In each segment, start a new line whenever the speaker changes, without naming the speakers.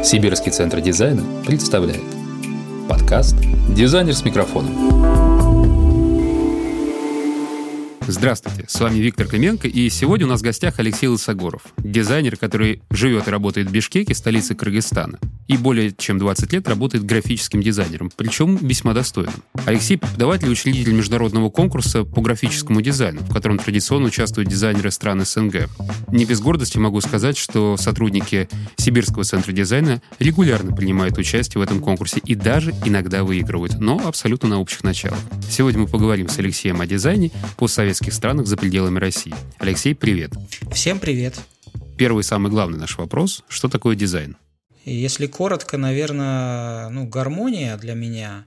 Сибирский центр дизайна представляет подкаст «Дизайнер с микрофоном». Здравствуйте, с вами Виктор Клименко, и сегодня у нас в гостях Алексей Лысогоров, дизайнер, который живет и работает в Бишкеке, столице Кыргызстана, и более чем 20 лет работает графическим дизайнером, причем весьма достойным. Алексей – преподаватель и учредитель международного конкурса по графическому дизайну, в котором традиционно участвуют дизайнеры стран СНГ. Не без гордости могу сказать, что сотрудники Сибирского центра дизайна регулярно принимают участие в этом конкурсе и даже иногда выигрывают, но абсолютно на общих началах. Сегодня мы поговорим с Алексеем о дизайне по советских странах за пределами России. Алексей, привет.
Всем привет.
Первый, самый главный наш вопрос. Что такое дизайн?
Если коротко, наверное, гармония для меня,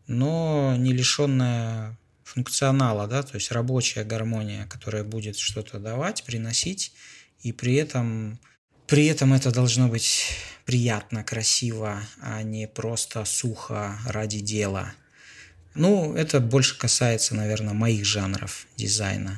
но не лишенная функционала, да, то есть рабочая гармония, которая будет что-то давать, приносить, и при этом это должно быть приятно, красиво, а не просто сухо ради дела. Это больше касается, наверное, моих жанров дизайна.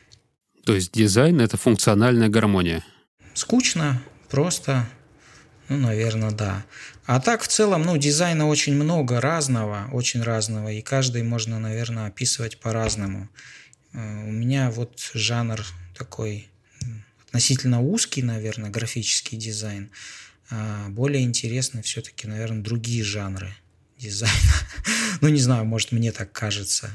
То есть дизайн – это функциональная гармония?
Скучно, просто, наверное, да. А так, в целом, дизайна очень много очень разного, и каждый можно, наверное, описывать по-разному. У меня жанр такой относительно узкий, наверное, графический дизайн. А более интересны все-таки, наверное, другие жанры дизайна. Не знаю, может, мне так кажется.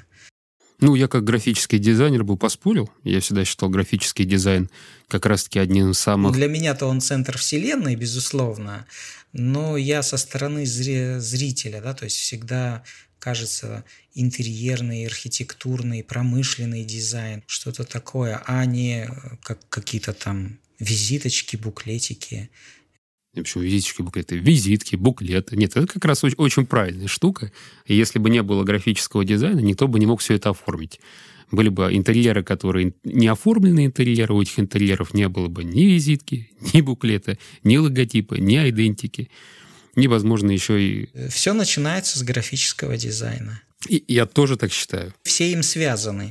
Я как графический дизайнер бы поспорил. Я всегда считал графический дизайн как раз-таки одним из самых...
Для меня-то он центр вселенной, безусловно, но я со стороны зрителя, да, то есть всегда кажется интерьерный, архитектурный, промышленный дизайн, что-то такое, а не как какие-то там визиточки, буклетики.
Почему визиточки, буклеты? Визитки, буклеты. Нет, это как раз очень правильная штука. И если бы не было графического дизайна, никто бы не мог все это оформить. Были бы интерьеры, которые не оформлены интерьеры, у этих интерьеров не было бы ни визитки, ни буклета, ни логотипа, ни айдентики. Невозможно еще и...
Все начинается с графического дизайна.
И я тоже так считаю.
Все им связаны.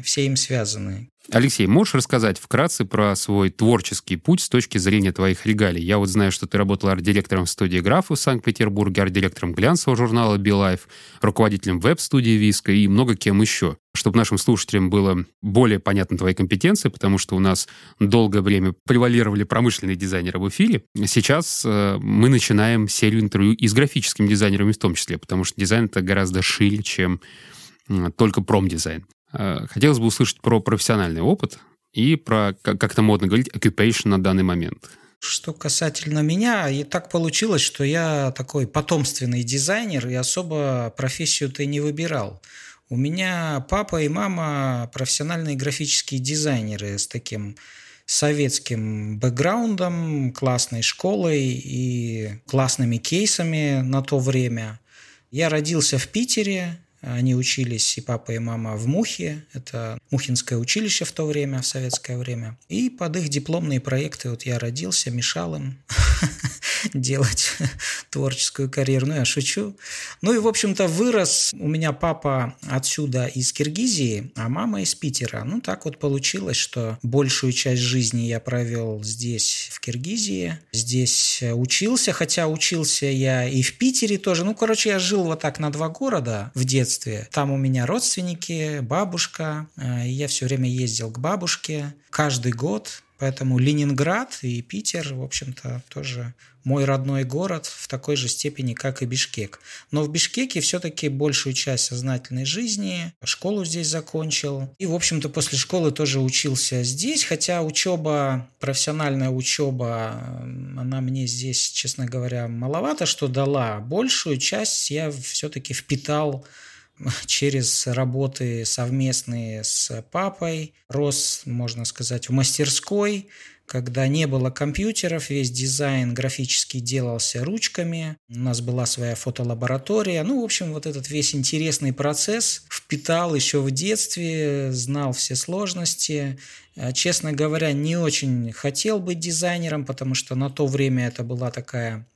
Алексей, можешь рассказать вкратце про свой творческий путь с точки зрения твоих регалий? Я знаю, что ты работал арт-директором в студии «Графа» в Санкт-Петербурге, арт-директором глянцевого журнала «Билайф», руководителем веб-студии «Виска» и много кем еще. Чтобы нашим слушателям было более понятны твои компетенции, потому что у нас долгое время превалировали промышленные дизайнеры в эфире, сейчас мы начинаем серию интервью и с графическими дизайнерами в том числе, потому что дизайн — это гораздо шире, чем только промдизайн. Хотелось бы услышать про профессиональный опыт и про, как это модно говорить, occupation на данный момент.
Что касательно меня, и так получилось, что я такой потомственный дизайнер и особо профессию-то и не выбирал. У меня папа и мама профессиональные графические дизайнеры с таким советским бэкграундом, классной школой и классными кейсами на то время. Я родился в Питере. Они учились, и папа, и мама, в МУХе. Это Мухинское училище в то время, в советское время. И под их дипломные проекты я родился, мешал им делать творческую карьеру. Я шучу. И, в общем-то, вырос у меня папа отсюда из Киргизии, а мама из Питера. Так получилось, что большую часть жизни я провел здесь, в Киргизии. Здесь учился, хотя учился я и в Питере тоже. Я жил так на 2 города в детстве. Там у меня родственники, бабушка. Я все время ездил к бабушке каждый год. Поэтому Ленинград и Питер, в общем-то, тоже мой родной город в такой же степени, как и Бишкек. Но в Бишкеке все-таки большую часть сознательной жизни. Школу здесь закончил. И, в общем-то, после школы тоже учился здесь. Хотя профессиональная учеба, она мне здесь, честно говоря, маловато что дала. Большую часть я все-таки впитал через работы совместные с папой. Рос, можно сказать, в мастерской, когда не было компьютеров, весь дизайн графический делался ручками. У нас была своя фотолаборатория. В общем, этот весь интересный процесс впитал еще в детстве, знал все сложности. Честно говоря, не очень хотел быть дизайнером, потому что на то время это была такая...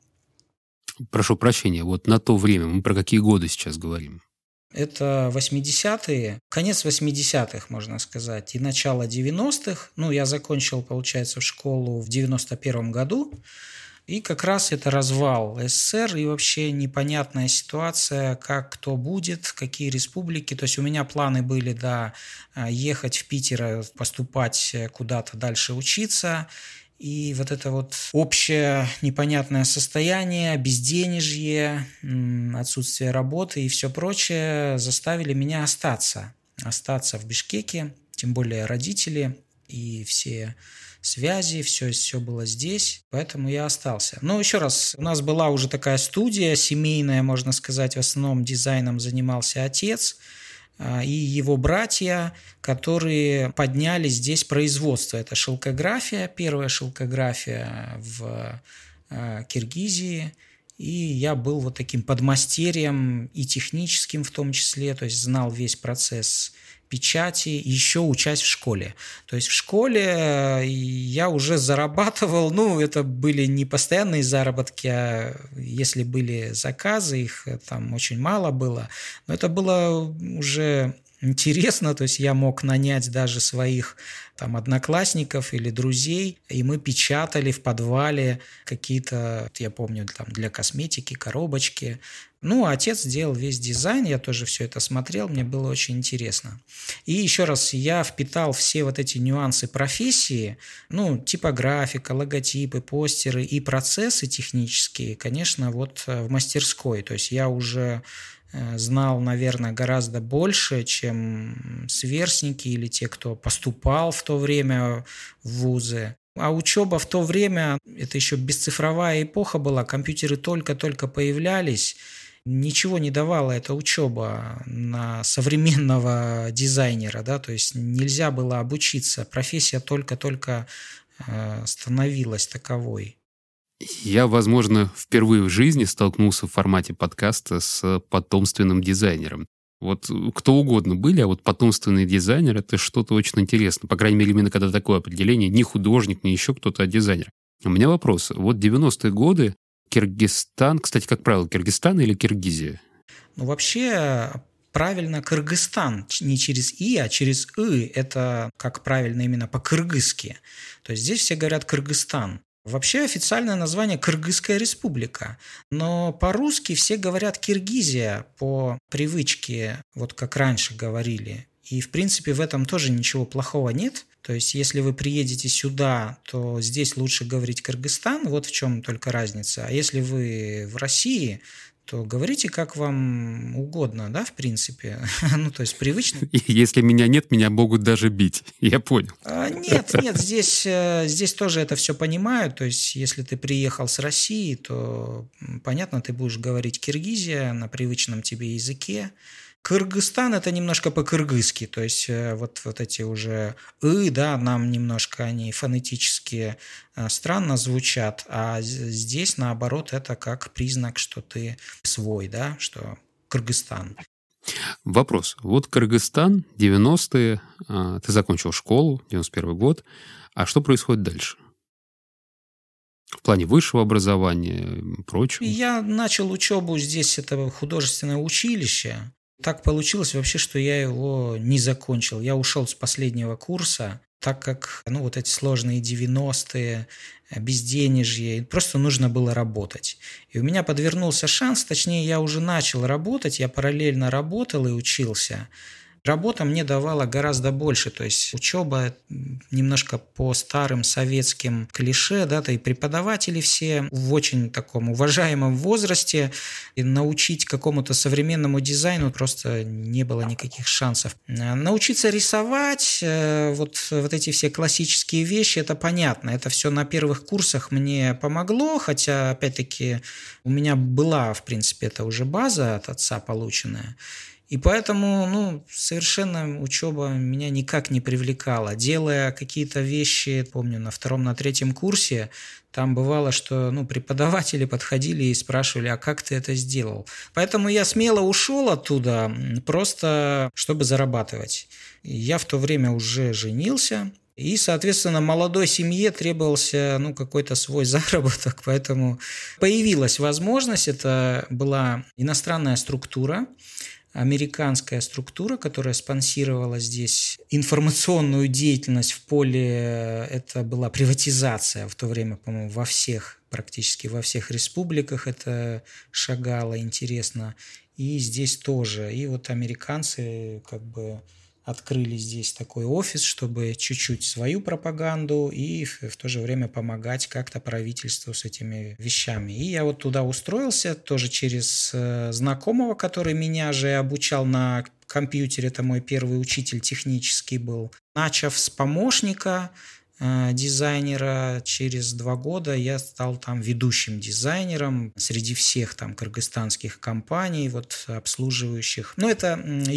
Прошу прощения, на то время, мы про какие годы сейчас говорим?
Это 80-е, конец 80-х, можно сказать, и начало 90-х. Я закончил, получается, в школу в 91-м году. И как раз это развал СССР и вообще непонятная ситуация, как кто будет, какие республики. То есть у меня планы были, да, ехать в Питер, поступать куда-то дальше учиться. И вот это вот общее непонятное состояние, безденежье, отсутствие работы и все прочее заставили меня остаться в Бишкеке, тем более родители и все связи, все было здесь, поэтому я остался. Но еще раз, у нас была уже такая студия семейная, можно сказать, в основном дизайном занимался отец и его братья, которые подняли здесь производство. Это шелкография, первая шелкография в Киргизии. И я был вот таким подмастерьем и техническим в том числе, то есть знал весь процесс печати, еще учась в школе. То есть в школе я уже зарабатывал, это были не постоянные заработки, а если были заказы, их там очень мало было, но это было уже интересно, то есть я мог нанять даже своих там одноклассников или друзей, и мы печатали в подвале какие-то, я помню, там для косметики, коробочки. Отец делал весь дизайн, я тоже все это смотрел, мне было очень интересно. И еще раз, я впитал все вот эти нюансы профессии, типографика, логотипы, постеры и процессы технические, конечно, вот в мастерской. То есть я уже знал, наверное, гораздо больше, чем сверстники или те, кто поступал в то время в вузы. А учеба в то время, это еще бесцифровая эпоха была, компьютеры только-только появлялись, ничего не давала эта учеба на современного дизайнера, да, то есть нельзя было обучиться, профессия только-только становилась таковой.
Я, возможно, впервые в жизни столкнулся в формате подкаста с потомственным дизайнером. Вот кто угодно были, а вот потомственный дизайнер — это что-то очень интересное. По крайней мере, именно когда такое определение, не художник, не еще кто-то, а дизайнер. У меня вопрос. Вот 90-е годы, Киргизстан, кстати, как правило, Киргизстан или Киргизия?
Вообще правильно Кыргызстан, не через «и», а через «ы». Это как правильно именно по-кыргызски. То есть здесь все говорят Кыргызстан. Вообще официальное название Кыргызская республика, но по-русски все говорят Киргизия по привычке, вот как раньше говорили. И, в принципе, в этом тоже ничего плохого нет. То есть, если вы приедете сюда, то здесь лучше говорить Кыргызстан, вот в чем только разница. А если вы в России, то говорите как вам угодно, да, в принципе. То есть привычно.
Если меня нет, меня могут даже бить. Я понял.
Нет, здесь тоже это все понимают. То есть, если ты приехал с России, то, понятно, ты будешь говорить Киргизия на привычном тебе языке. Кыргызстан – это немножко по-кыргызски, то есть вот эти уже да, нам немножко они фонетически странно звучат, а здесь, наоборот, это как признак, что ты свой, да, что Кыргызстан.
Вопрос. Вот Кыргызстан, 90-е, ты закончил школу, 91 год, а что происходит дальше? В плане высшего образования и прочего?
Я начал учебу здесь, это художественное училище. Так получилось вообще, что я его не закончил. Я ушел с последнего курса, так как вот эти сложные 90-е, безденежье, просто нужно было работать. И у меня подвернулся шанс, точнее, я уже начал работать, я параллельно работал и учился. Работа мне давала гораздо больше, то есть учеба немножко по старым советским клише, да, и преподаватели все в очень таком уважаемом возрасте, и научить какому-то современному дизайну просто не было никаких шансов. Научиться рисовать, вот эти все классические вещи, это понятно, это все на первых курсах мне помогло, хотя, опять-таки, у меня была, в принципе, это уже база от отца полученная. И поэтому, совершенно учеба меня никак не привлекала. Делая какие-то вещи, помню, на втором, на третьем курсе, там бывало, что преподаватели подходили и спрашивали, а как ты это сделал? Поэтому я смело ушел оттуда, просто чтобы зарабатывать. Я в то время уже женился, и, соответственно, молодой семье требовался какой-то свой заработок, поэтому появилась возможность, это была иностранная структура, американская структура, которая спонсировала здесь информационную деятельность в поле, это была приватизация в то время, по-моему, практически во всех республиках это шагало, интересно, и здесь тоже. И вот американцы как бы открыли здесь такой офис, чтобы чуть-чуть свою пропаганду и в то же время помогать как-то правительству с этими вещами. И я вот туда устроился тоже через знакомого, который меня же обучал на компьютере. Это мой первый учитель технический был. Начав с помощника дизайнера, через 2 года я стал там ведущим дизайнером среди всех там кыргызстанских компаний, вот обслуживающих. Ну, это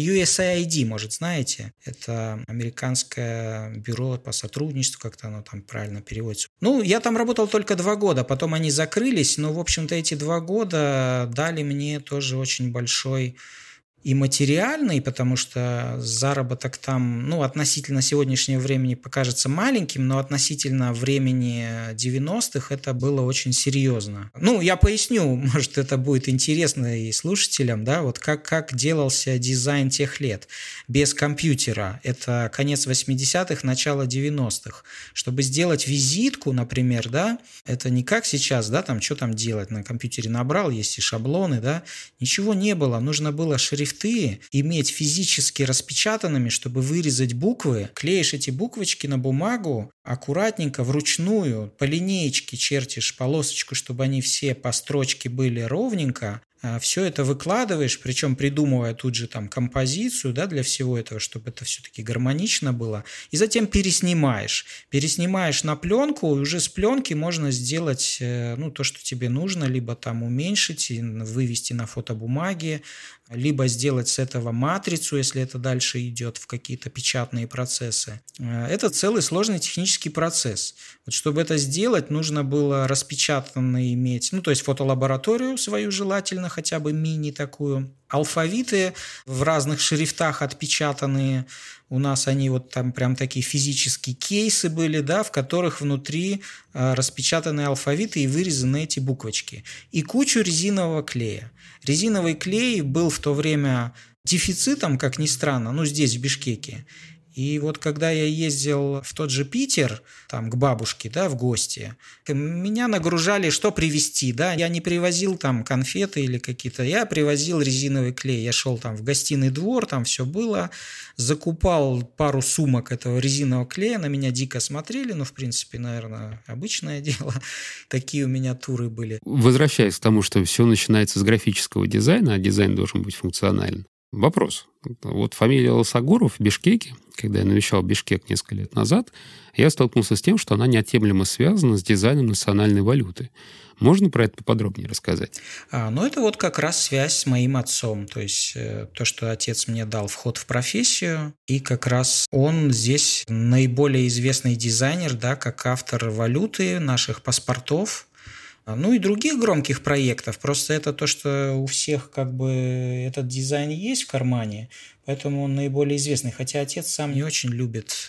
USAID, может, знаете, это американское бюро по сотрудничеству, как-то оно там правильно переводится. Ну, я там работал только 2 года, потом они закрылись, но, в общем-то, эти 2 года дали мне тоже очень большой и материальный, потому что заработок там, ну, относительно сегодняшнего времени покажется маленьким, но относительно времени 90-х это было очень серьезно. Ну, я поясню, может, это будет интересно и слушателям, да, вот как делался дизайн тех лет без компьютера. Это конец 80-х, начало 90-х. Чтобы сделать визитку, например, да, это не как сейчас, да, там, что там делать, на компьютере набрал, есть и шаблоны, да, ничего не было, нужно было шрифты иметь физически распечатанными, чтобы вырезать буквы, клеишь эти буквочки на бумагу, аккуратненько, вручную, по линеечке чертишь полосочку, чтобы они все по строчке были ровненько, все это выкладываешь, причем придумывая тут же там композицию, да, для всего этого, чтобы это все-таки гармонично было, и затем переснимаешь. Переснимаешь на пленку, и уже с пленки можно сделать, ну, то, что тебе нужно, либо там уменьшить, вывести на фотобумаге, либо сделать с этого матрицу, если это дальше идет в какие-то печатные процессы. Это целый сложный технический процесс. Вот чтобы это сделать, нужно было распечатанно иметь, ну, то есть фотолабораторию свою желательно, хотя бы мини такую, алфавиты в разных шрифтах отпечатанные. У нас они вот там прям такие физические кейсы были, да, в которых внутри распечатаны алфавиты и вырезаны эти буквочки. И кучу резинового клея. Резиновый клей был в то время дефицитом, как ни странно, ну, здесь, в Бишкеке. И вот когда я ездил в тот же Питер, там, к бабушке, да, в гости, меня нагружали, что привезти, да. Я не привозил там конфеты или какие-то, я привозил резиновый клей. Я шел там в гостиный двор, там все было, закупал пару сумок этого резинового клея, на меня дико смотрели, ну, в принципе, наверное, обычное дело. Такие у меня туры были.
Возвращаясь к тому, что все начинается с графического дизайна, а дизайн должен быть функционален. Вопрос. Вот фамилия Лосогоров в Бишкеке, когда я навещал Бишкек несколько лет назад, я столкнулся с тем, что она неотъемлемо связана с дизайном национальной валюты. Можно про это поподробнее рассказать?
Ну, это вот как раз связь с моим отцом. То есть то, что отец мне дал вход в профессию, и как раз он здесь наиболее известный дизайнер, да, как автор валюты, наших паспортов, ну и других громких проектов. Просто это то, что у всех как бы этот дизайн есть в кармане, поэтому он наиболее известный. Хотя отец сам не очень любит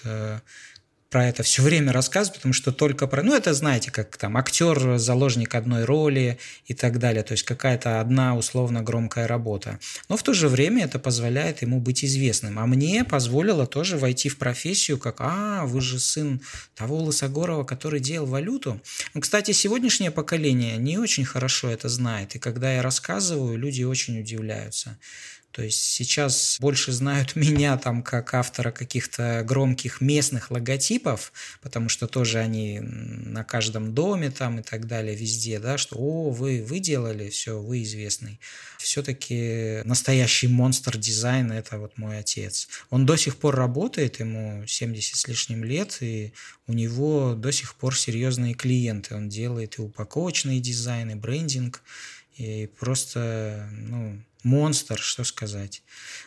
про это все время рассказывать, потому что только про... Ну, это, знаете, как там актер, заложник одной роли и так далее. То есть какая-то одна условно громкая работа. Но в то же время это позволяет ему быть известным. А мне позволило тоже войти в профессию, как вы же сын того Лысогорова, который делал валюту. Ну, кстати, сегодняшнее поколение не очень хорошо это знает. И когда я рассказываю, люди очень удивляются. То есть сейчас больше знают меня там как автора каких-то громких местных логотипов, потому что тоже они на каждом доме там и так далее, везде, да, что вы делали, все, вы известный. Все-таки настоящий монстр дизайна – это вот мой отец. Он до сих пор работает, ему 70 с лишним лет, и у него до сих пор серьезные клиенты. Он делает и упаковочные дизайны, брендинг, и просто, монстр, что сказать.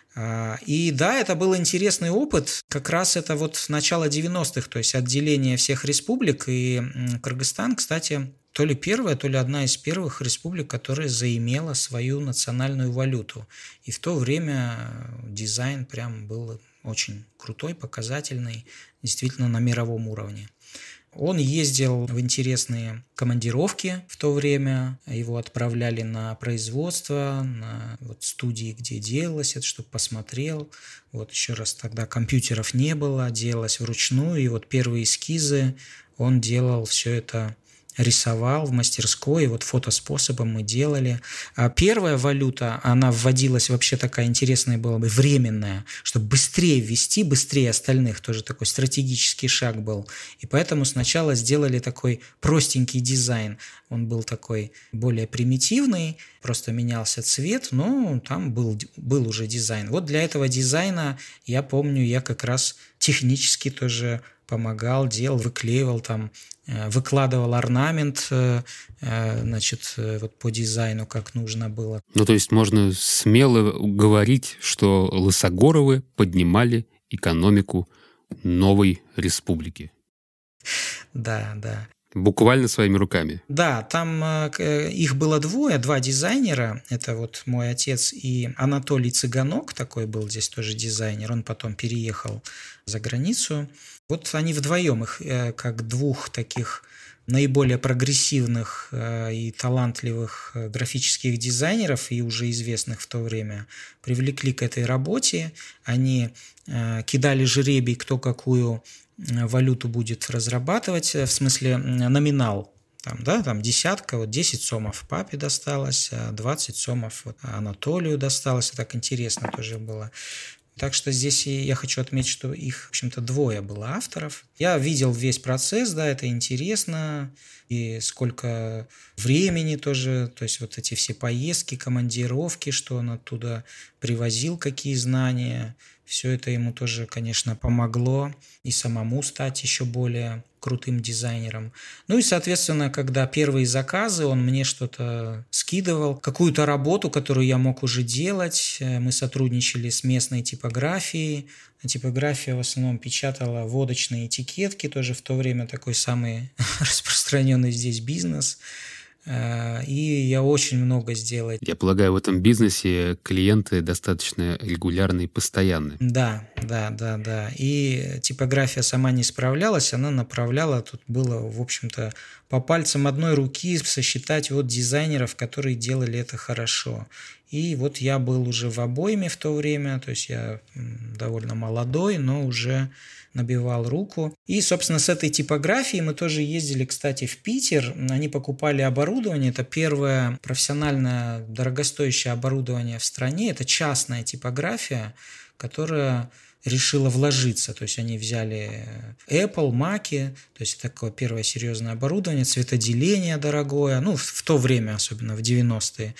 И да, это был интересный опыт. Как раз это вот начало 90-х, то есть отделение всех республик. И Кыргызстан, кстати, то ли первая, то ли одна из первых республик, которая заимела свою национальную валюту. И в то время дизайн прям был очень крутой, показательный, действительно на мировом уровне. Он ездил в интересные командировки в то время, его отправляли на производство, на вот студии, где делалось это, чтобы посмотрел. Вот еще раз, тогда компьютеров не было, делалось вручную, и вот первые эскизы он делал все это, рисовал в мастерской, и вот фотоспособом мы делали. А первая валюта, она вводилась вообще такая интересная была бы, временная, чтобы быстрее ввести, быстрее остальных, тоже такой стратегический шаг был. И поэтому сначала сделали такой простенький дизайн. Он был такой более примитивный, просто менялся цвет, но там был уже дизайн. Вот для этого дизайна, я помню, я как раз технически тоже помогал, делал, выклеивал там, выкладывал орнамент, значит, вот по дизайну, как нужно было.
Ну, то есть можно смело говорить, что Лысогоровы поднимали экономику новой республики.
Да, да.
Буквально своими руками.
Да, там их было два дизайнера. Это вот мой отец и Анатолий Цыганок, такой был здесь тоже дизайнер. Он потом переехал за границу. Вот они вдвоем, их как двух таких наиболее прогрессивных и талантливых графических дизайнеров, и уже известных в то время, привлекли к этой работе. Они кидали жребий, кто какую валюту будет разрабатывать, в смысле номинал. Там десятка, вот 10 сомов папе досталось, 20 сомов вот Анатолию досталось. Так интересно тоже было. Так что здесь я хочу отметить, что их, в общем-то, двое было авторов. Я видел весь процесс, да, это интересно, и сколько времени тоже, то есть вот эти все поездки, командировки, что он оттуда привозил, какие знания, все это ему тоже, конечно, помогло и самому стать еще более крутым дизайнером. Ну и, соответственно, когда первые заказы, он мне что-то скидывал, какую-то работу, которую я мог уже делать. Мы сотрудничали с местной типографией. Типография в основном печатала водочные этикетки, тоже в то время такой самый распространенный здесь бизнес. И я очень много сделал.
Я полагаю, в этом бизнесе клиенты достаточно регулярные и постоянные.
Да. И типография сама не справлялась, она направляла, тут было, в общем-то, по пальцам одной руки сосчитать вот дизайнеров, которые делали это хорошо. И вот я был уже в обойме в то время, то есть я довольно молодой, но уже набивал руку. И, собственно, с этой типографией мы тоже ездили, кстати, в Питер. Они покупали оборудование. Это первое профессиональное дорогостоящее оборудование в стране. Это частная типография, которая решила вложиться. То есть они взяли Apple, Mac, то есть такое первое серьезное оборудование, цветоделение дорогое, ну, в то время, особенно в 90-е.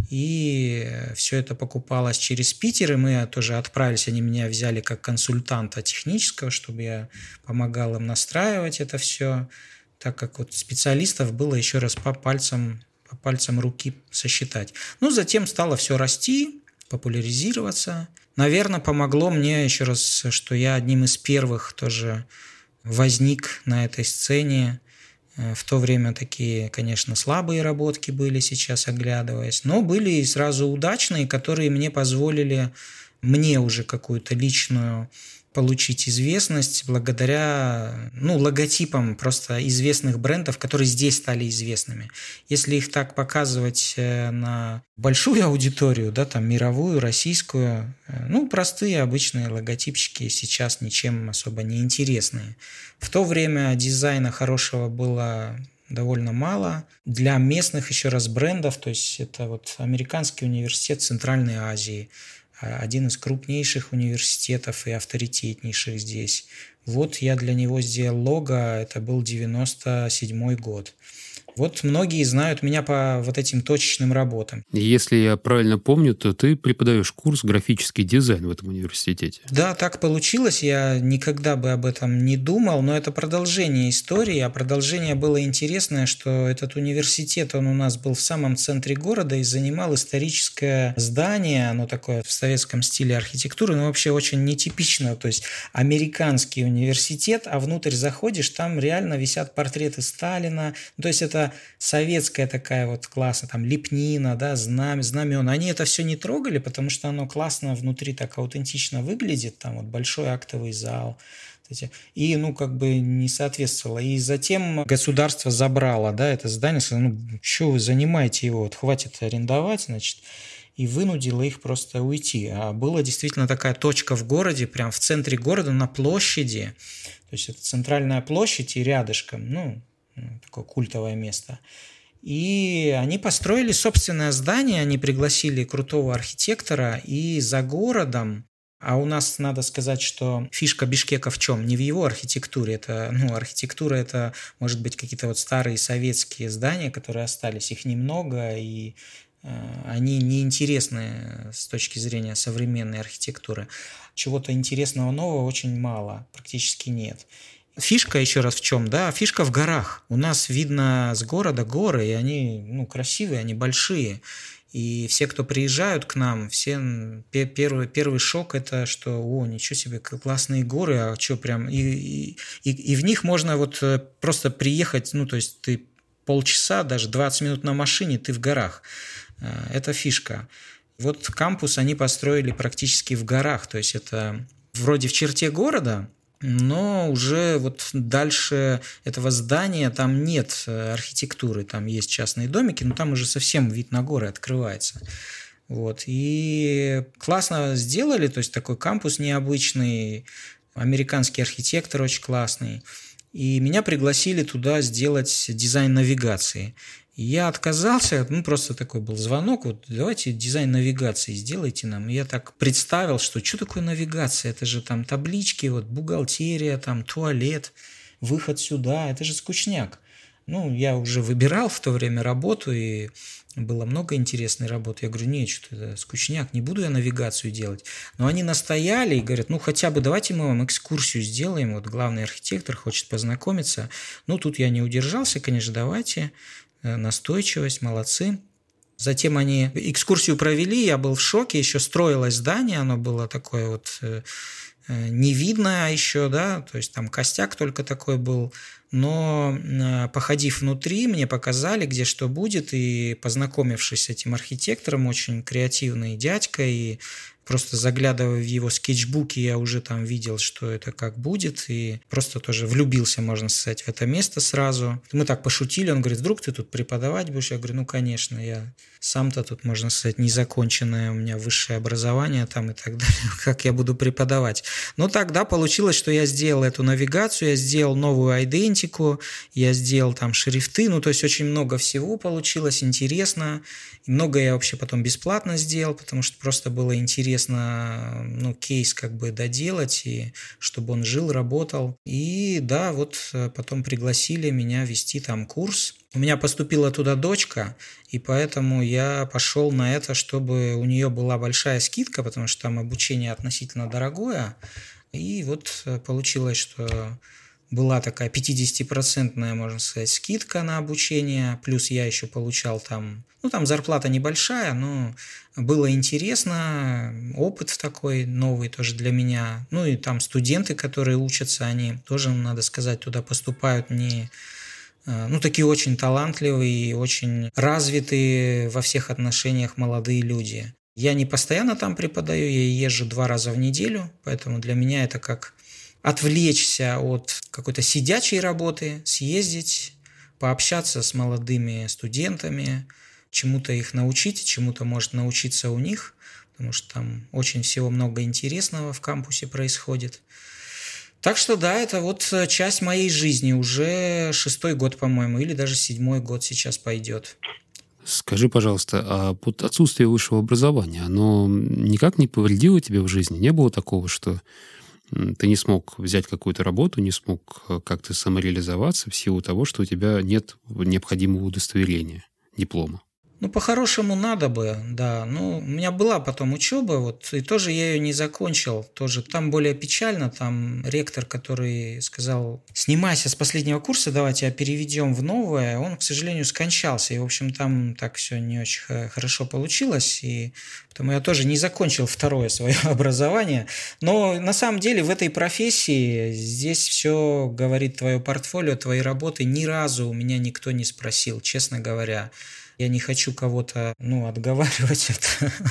И все это покупалось через Питер, и мы тоже отправились, они меня взяли как консультанта технического, чтобы я помогал им настраивать это все, так как вот специалистов было еще раз по пальцам руки сосчитать. Ну, затем стало все расти, популяризироваться. Наверное, помогло мне еще раз, что я одним из первых тоже возник на этой сцене. В то время такие, конечно, слабые работки были, сейчас оглядываясь, но были и сразу удачные, которые мне позволили мне уже какую-то личную получить известность благодаря логотипам просто известных брендов, которые здесь стали известными. Если их так показывать на большую аудиторию, да, там мировую, российскую, простые обычные логотипчики сейчас ничем особо не интересные. В то время дизайна хорошего было довольно мало. Для местных еще раз брендов, то есть это вот Американский университет Центральной Азии, один из крупнейших университетов и авторитетнейших здесь. Вот я для него сделал лого, это был 97-й год. Вот многие знают меня по вот этим точечным работам.
Если я правильно помню, то ты преподаешь курс «Графический дизайн» в этом университете.
Да, так получилось. Я никогда бы об этом не думал, но это продолжение истории. А продолжение было интересное, что этот университет, он у нас был в самом центре города и занимал историческое здание, оно такое в советском стиле архитектуры, но вообще очень нетипично. То есть американский университет, а внутрь заходишь, там реально висят портреты Сталина. То есть это советская такая вот класса, там лепнина, да, знамен. Они это все не трогали, потому что оно классно внутри так аутентично выглядит. Там вот большой актовый зал. То И, как бы не соответствовало. И затем государство забрало, да, это здание, сказало, что вы занимаете его, вот хватит арендовать, значит, и вынудило их просто уйти. А была действительно такая точка в городе, прям в центре города, на площади, то есть это центральная площадь и рядышком, такое культовое место. И они построили собственное здание, они пригласили крутого архитектора, и за городом, а у нас надо сказать, что фишка Бишкека в чем? Не в его архитектуре, архитектура это, может быть, какие-то вот старые советские здания, которые остались, их немного, и они неинтересны с точки зрения современной архитектуры. Чего-то интересного нового очень мало, практически нет. Фишка еще раз в чем, да? Фишка в горах. У нас видно с города горы, и они красивые, они большие. И все, кто приезжают к нам, все первый шок это, что ничего себе, классные горы, а что прям... И в них можно вот просто приехать, то есть ты полчаса, даже 20 минут на машине, ты в горах. Это фишка. Вот кампус они построили практически в горах, то есть это вроде в черте города, но уже вот дальше этого здания там нет архитектуры, там есть частные домики, но там уже совсем вид на горы открывается. Вот. И классно сделали, то есть такой кампус необычный, американский архитектор очень классный. И меня пригласили туда сделать дизайн навигации. Я отказался, просто такой был звонок, вот давайте дизайн навигации сделайте нам. И я так представил, что такое навигация, это же там таблички, вот бухгалтерия, там туалет, выход сюда, это же скучняк. Я уже выбирал в то время работу, и было много интересной работы. Я говорю, нет, что-то скучняк, не буду я навигацию делать. Но они настояли и говорят, хотя бы давайте мы вам экскурсию сделаем, вот главный архитектор хочет познакомиться. Тут я не удержался, конечно, давайте. Настойчивость, молодцы. Затем они экскурсию провели, я был в шоке, еще строилось здание, оно было такое вот невидное еще, да, то есть там костяк только такой был, но походив внутри, мне показали, где что будет, и познакомившись с этим архитектором, очень креативный дядька, и просто заглядывая в его скетчбуки, я уже там видел, что это как будет, и просто тоже влюбился, можно сказать, в это место сразу. Мы так пошутили, он говорит, вдруг ты тут преподавать будешь? Я говорю, конечно, я сам-то тут, можно сказать, незаконченное у меня высшее образование там и так далее, как я буду преподавать. Но тогда получилось, что я сделал эту навигацию, я сделал новую идентику, я сделал там шрифты, то есть очень много всего получилось, интересно, и много я вообще потом бесплатно сделал, потому что просто было интересно, кейс как бы доделать, и чтобы он жил, работал. И да, вот потом пригласили меня вести там курс. У меня поступила туда дочка, и поэтому я пошел на это, чтобы у нее была большая скидка, потому что там обучение относительно дорогое. И вот получилось, что была такая 50%, можно сказать, скидка на обучение, плюс я еще получал там, там зарплата небольшая, но было интересно, опыт такой новый тоже для меня. И там студенты, которые учатся, они тоже, надо сказать, туда поступают не... такие очень талантливые, очень развитые во всех отношениях молодые люди. Я не постоянно там преподаю, я езжу 2 раза в неделю, поэтому для меня это как отвлечься от какой-то сидячей работы, съездить, пообщаться с молодыми студентами, чему-то их научить, чему-то может научиться у них, потому что там очень всего много интересного в кампусе происходит. Так что да, это вот часть моей жизни, уже 6-й год, по-моему, или даже 7-й год сейчас пойдет.
Скажи, пожалуйста, а вот отсутствие высшего образования, оно никак не повредило тебе в жизни? Не было такого, что ты не смог взять какую-то работу, не смог как-то самореализоваться в силу того, что у тебя нет необходимого удостоверения, диплома?
По-хорошему надо бы, да. У меня была потом учеба, и тоже я ее не закончил. Тоже там более печально, там ректор, который сказал, снимайся с последнего курса, давайте тебя переведем в новое, он, к сожалению, скончался. И, в общем, там так все не очень хорошо получилось, и поэтому я тоже не закончил 2-е свое образование. Но на самом деле в этой профессии здесь все говорит твое портфолио, твои работы. Ни разу у меня никто не спросил, честно говоря. Я не хочу кого-то, отговаривать от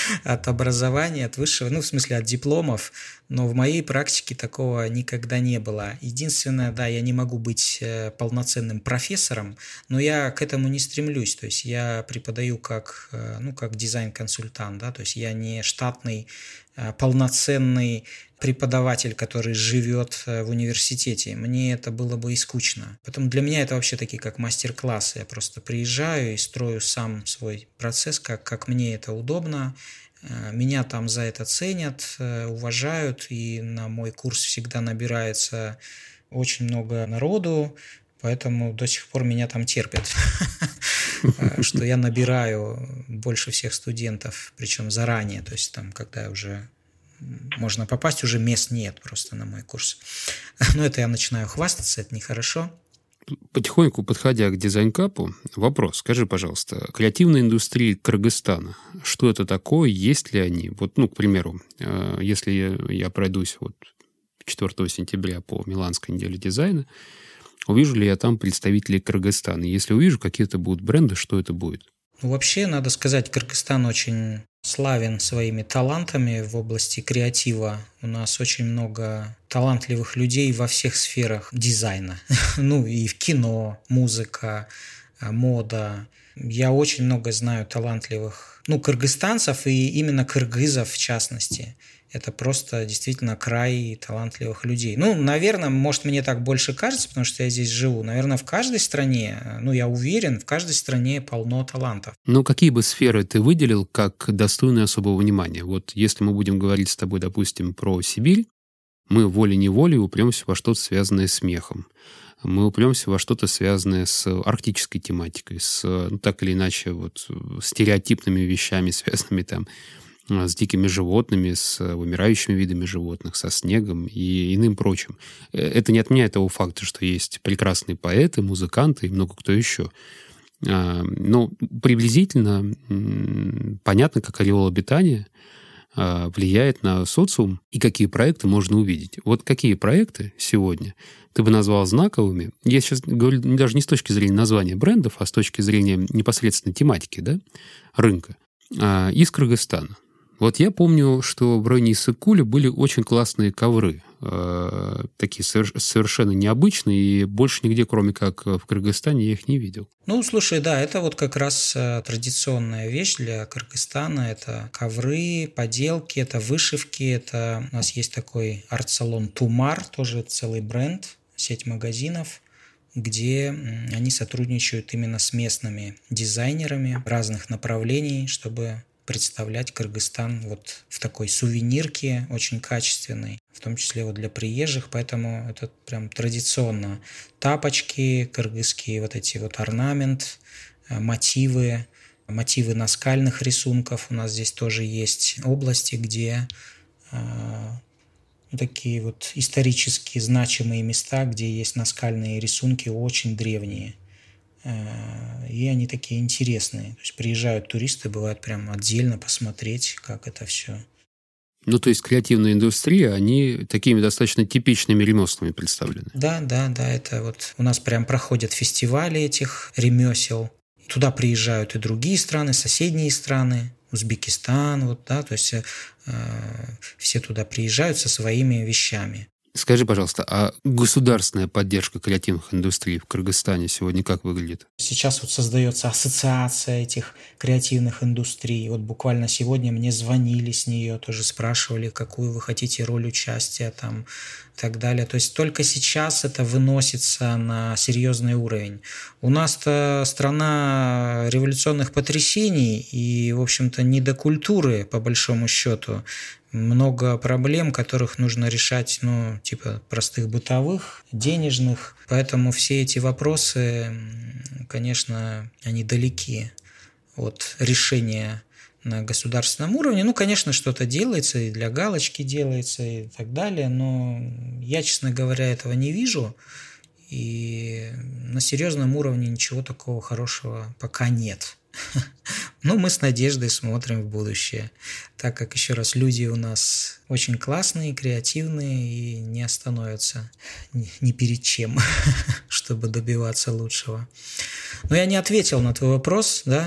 от образования, от высшего, ну, в смысле, от дипломов, но в моей практике такого никогда не было. Единственное, да, я не могу быть полноценным профессором, но я к этому не стремлюсь, то есть я преподаю как дизайн-консультант, да, то есть я не штатный, полноценный преподаватель, который живет в университете. Мне это было бы и скучно. Поэтому для меня это вообще такие как мастер-классы. Я просто приезжаю и строю сам свой процесс, как мне это удобно. Меня там за это ценят, уважают, и на мой курс всегда набирается очень много народу, поэтому до сих пор меня там терпят, что я набираю больше всех студентов, причем заранее, то есть там, когда уже можно попасть, уже мест нет просто на мой курс. Но это я начинаю хвастаться, это нехорошо.
Потихоньку подходя к дизайн-капу, вопрос. Скажи, пожалуйста, креативная индустрия Кыргызстана, что это такое, есть ли они? Вот, к примеру, если я пройдусь 4 сентября по Миланской неделе дизайна, увижу ли я там представителей Кыргызстана? Если увижу, какие это будут бренды, что это будет?
Вообще, надо сказать, Кыргызстан очень славен своими талантами в области креатива. У нас очень много талантливых людей во всех сферах дизайна. Ну и в кино, музыка, мода. Я очень много знаю талантливых, кыргызстанцев и именно кыргызов в частности. Это просто действительно край талантливых людей. Наверное, может, мне так больше кажется, потому что я здесь живу. Наверное, в каждой стране, я уверен, в каждой стране полно талантов.
Какие бы сферы ты выделил как достойные особого внимания? Вот если мы будем говорить с тобой, допустим, про Сибирь, мы волей-неволей упремся во что-то связанное с мехом. Мы упремся во что-то связанное с арктической тематикой, так или иначе, стереотипными вещами, связанными там с дикими животными, с вымирающими видами животных, со снегом и иным прочим. Это не отменяет того факта, что есть прекрасные поэты, музыканты и много кто еще. Но приблизительно понятно, как ореол обитания влияет на социум и какие проекты можно увидеть. Вот какие проекты сегодня ты бы назвал знаковыми? Я сейчас говорю даже не с точки зрения названия брендов, а с точки зрения непосредственно тематики, да, рынка, из Кыргызстана. Вот я помню, что в районе Иссык-Куля были очень классные ковры, такие совершенно необычные, и больше нигде, кроме как в Кыргызстане, я их не видел.
Слушай, да, это как раз традиционная вещь для Кыргызстана. Это ковры, поделки, это вышивки. Это у нас есть такой арт-салон Тумар, тоже целый бренд, сеть магазинов, где они сотрудничают именно с местными дизайнерами разных направлений, чтобы представлять Кыргызстан в такой сувенирке очень качественной, в том числе для приезжих, поэтому это прям традиционно. Тапочки кыргызские, эти орнамент, мотивы наскальных рисунков. У нас здесь тоже есть области, где такие исторически значимые места, где есть наскальные рисунки очень древние. И они такие интересные. То есть приезжают туристы, бывает прям отдельно посмотреть, как это все.
То есть креативная индустрия, они такими достаточно типичными ремеслами представлены.
Да, это у нас прям проходят фестивали этих ремесел. Туда приезжают и другие страны, соседние страны, Узбекистан, то есть все туда приезжают со своими вещами.
Скажи, пожалуйста, а государственная поддержка креативных индустрий в Кыргызстане сегодня как выглядит?
Сейчас создается ассоциация этих креативных индустрий. Буквально сегодня мне звонили с нее, тоже спрашивали, какую вы хотите роль участия там и так далее. То есть только сейчас это выносится на серьезный уровень. У нас-то страна революционных потрясений и, в общем-то, не до культуры, по большому счету. Много проблем, которых нужно решать, простых бытовых, денежных. Поэтому все эти вопросы, конечно, они далеки от решения на государственном уровне. Конечно, что-то делается, и для галочки делается, и так далее, но я, честно говоря, этого не вижу. И на серьезном уровне ничего такого хорошего пока нет. Мы с надеждой смотрим в будущее, так как, еще раз, люди у нас очень классные, креативные и не остановятся ни перед чем, чтобы добиваться лучшего. Но я не ответил на твой вопрос, да?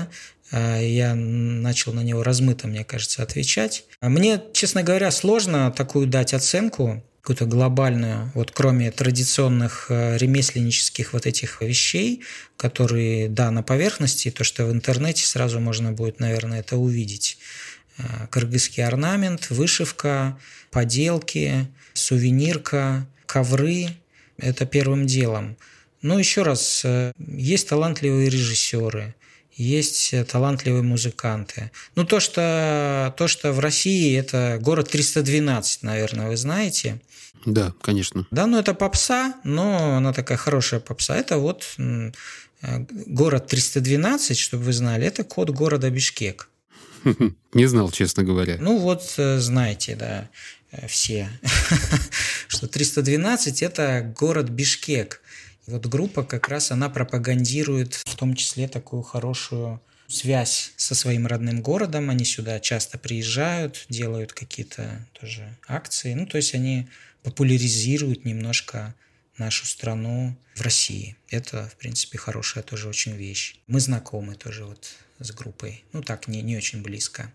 Я начал на него размыто, мне кажется, отвечать. Мне, честно говоря, сложно такую дать оценку, какую-то глобальную, вот кроме традиционных ремесленнических вот этих вещей, которые, да, на поверхности, то, что в интернете сразу можно будет, наверное, это увидеть. Кыргызский орнамент, вышивка, поделки, сувенирка, ковры – это первым делом. Но еще раз, есть талантливые режиссеры, есть талантливые музыканты. Ну, то, что в России это город 312, наверное, вы знаете.
Да, конечно.
Да, ну это попса, но она такая хорошая попса. Это вот город 312, чтобы вы знали, это код города Бишкек.
Не знал, честно говоря.
Ну вот, знаете, да, все, что 312 – это город Бишкек. И вот группа как раз она пропагандирует в том числе такую хорошую связь со своим родным городом. Они сюда часто приезжают, делают какие-то тоже акции. Ну, то есть они популяризируют немножко нашу страну в России. Это, в принципе, хорошая тоже очень вещь. Мы знакомы тоже вот с группой. Ну, так, не очень близко.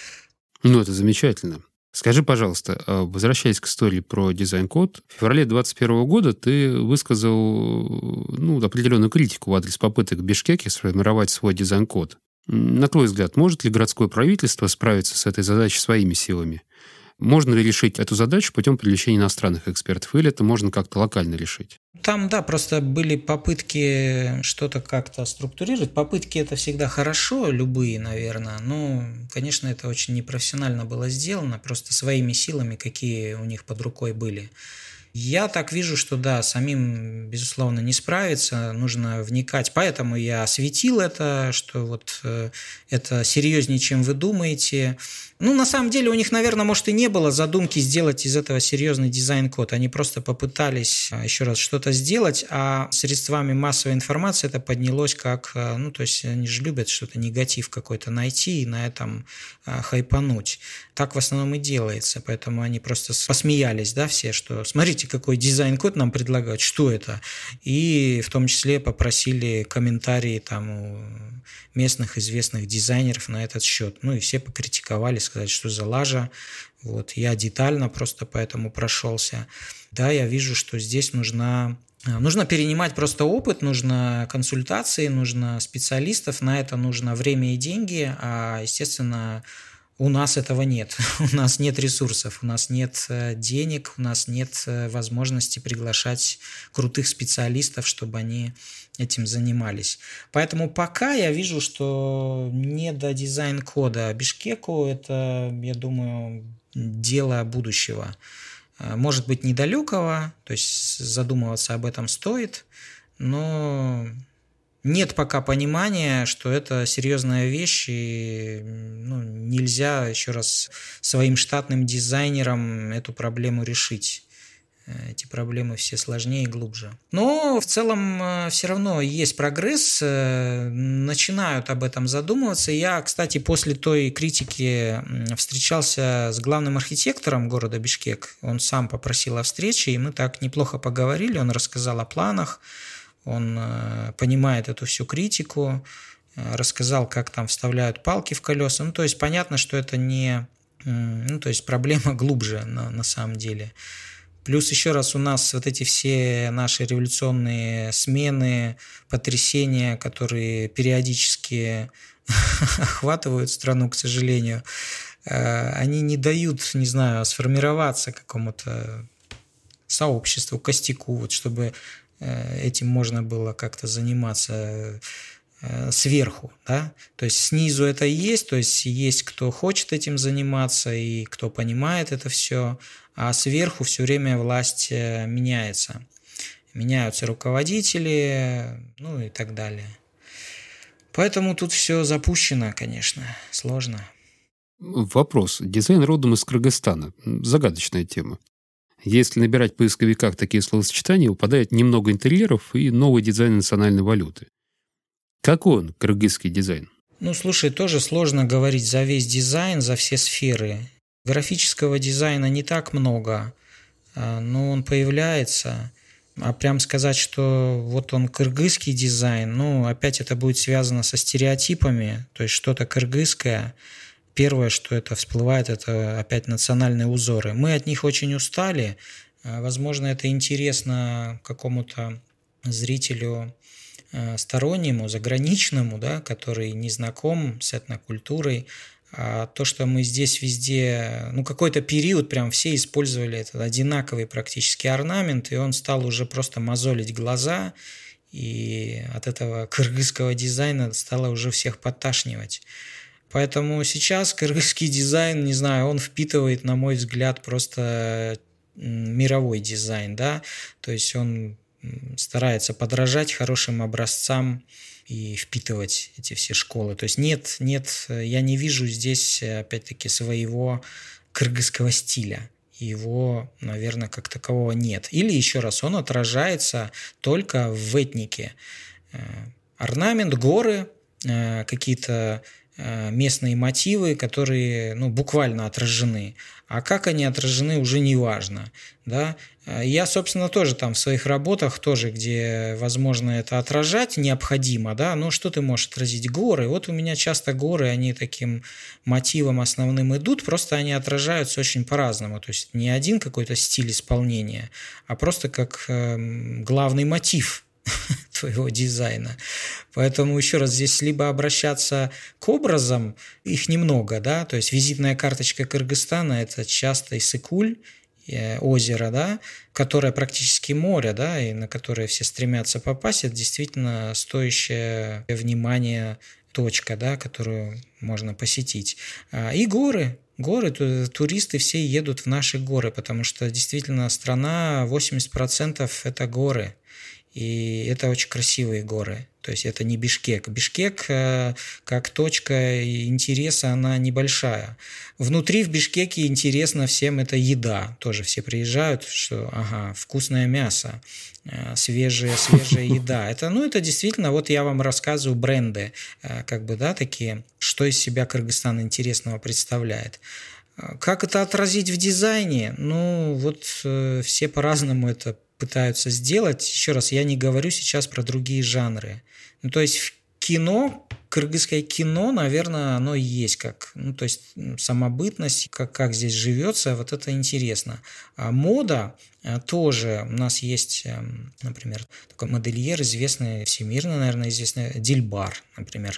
Ну, это замечательно. Скажи, пожалуйста, возвращаясь к истории про дизайн-код, в феврале 2021 года ты высказал определенную критику в адрес попыток в Бишкеке сформировать свой дизайн-код. На твой взгляд, может ли городское правительство справиться с этой задачей своими силами? Можно ли решить эту задачу путем привлечения иностранных экспертов, или это можно как-то локально решить?
Там, да, просто были попытки что-то как-то структурировать. Попытки – это всегда хорошо, любые, наверное, но, конечно, это очень непрофессионально было сделано, просто своими силами, какие у них под рукой были. Я так вижу, что да, самим, безусловно, не справиться, нужно вникать. Поэтому я осветил это, что вот это серьезнее, чем вы думаете. Ну, на самом деле, у них, наверное, может, и не было задумки сделать из этого серьезный дизайн-код. Они просто попытались еще раз что-то сделать, а средствами массовой информации это поднялось как, то есть они же любят что-то, негатив какой-то найти и на этом хайпануть. Так в основном и делается, поэтому они просто посмеялись, да, все, что смотрите, какой дизайн-код нам предлагают, что это? И в том числе попросили комментарии там у местных известных дизайнеров на этот счет. Ну и все покритиковали, сказать, что за лажа. Вот, я детально просто поэтому прошелся. Да, я вижу, что здесь нужно перенимать просто опыт, нужно консультации, нужно специалистов, на это нужно время и деньги, а, естественно, у нас этого нет. У нас нет ресурсов, у нас нет денег, у нас нет возможности приглашать крутых специалистов, чтобы они этим занимались. Поэтому пока я вижу, что не до дизайн-кода Бишкеку, это, я думаю, дело будущего. Может быть, недалекого, то есть задумываться об этом стоит, но нет пока понимания, что это серьезная вещь, и нельзя, еще раз, своим штатным дизайнерам эту проблему решить. Эти проблемы все сложнее и глубже. Но в целом все равно есть прогресс, начинают об этом задумываться. Я, кстати, после той критики встречался с главным архитектором города Бишкек. Он сам попросил о встрече, и мы так неплохо поговорили. Он рассказал о планах, он понимает эту всю критику, рассказал, как там вставляют палки в колеса. Ну, то есть понятно, что это не... то есть проблема глубже на самом деле. Плюс еще раз у нас вот эти все наши революционные смены, потрясения, которые периодически охватывают страну, к сожалению, они не дают, не знаю, сформироваться какому-то сообществу, костяку, вот, чтобы этим можно было как-то заниматься сверху, да, то есть снизу это есть, то есть кто хочет этим заниматься и кто понимает это все, а сверху все время власть меняется, меняются руководители, ну и так далее. Поэтому тут все запущено, конечно, сложно.
Вопрос. Дизайн родом из Кыргызстана. Загадочная тема. Если набирать в поисковиках такие словосочетания, выпадает немного интерьеров и новый дизайн национальной валюты. Какой он, кыргызский дизайн?
Ну, слушай, тоже сложно говорить за весь дизайн, за все сферы. Графического дизайна не так много, но он появляется. А прям сказать, что вот он кыргызский дизайн, ну, опять это будет связано со стереотипами, то есть что-то кыргызское. Первое, что это всплывает, это опять национальные узоры. Мы от них очень устали. Возможно, это интересно какому-то зрителю стороннему, заграничному, да, который не знаком с этнокультурой. А то, что мы здесь везде, ну, какой-то период прям все использовали этот одинаковый практически орнамент, и он стал уже просто мозолить глаза, и от этого кыргызского дизайна стало уже всех подташнивать. Поэтому сейчас кыргызский дизайн, не знаю, он впитывает, на мой взгляд, просто мировой дизайн, да, то есть он старается подражать хорошим образцам и впитывать эти все школы. То есть нет, я не вижу здесь, опять-таки, своего кыргызского стиля. Его, наверное, как такового нет. Или, еще раз, он отражается только в этнике. Орнамент, горы, какие-то местные мотивы, которые буквально отражены. А как они отражены, уже не важно. Да? Я, собственно, тоже там в своих работах, тоже, где возможно это отражать, необходимо, да, но что ты можешь отразить? Горы. Вот у меня часто горы, они таким мотивом основным идут, просто они отражаются очень по-разному. То есть не один какой-то стиль исполнения, а просто как главный мотив твоего дизайна. Поэтому еще раз, здесь либо обращаться к образам, их немного, да, то есть визитная карточка Кыргызстана – это часто Иссык-Куль, озеро, да, которое практически море, да, и на которое все стремятся попасть, это действительно стоящее внимания точка, да, которую можно посетить. И горы, туристы все едут в наши горы, потому что действительно страна 80% это горы. И это очень красивые горы. То есть это не Бишкек. Бишкек как точка интереса, она небольшая. Внутри в Бишкеке интересно всем это еда. Тоже все приезжают, что вкусное мясо, свежая еда. Это действительно, вот я вам рассказываю бренды, такие, что из себя Кыргызстан интересного представляет. Как это отразить в дизайне? Все по-разному это пытаются сделать. Еще раз, я не говорю сейчас про другие жанры. То есть в кино, кыргызское кино, наверное, оно и есть как, то есть самобытность, как здесь живется, вот это интересно. А мода тоже. У нас есть, например, такой модельер, известный, всемирно, наверное, известный, Дильбар, например.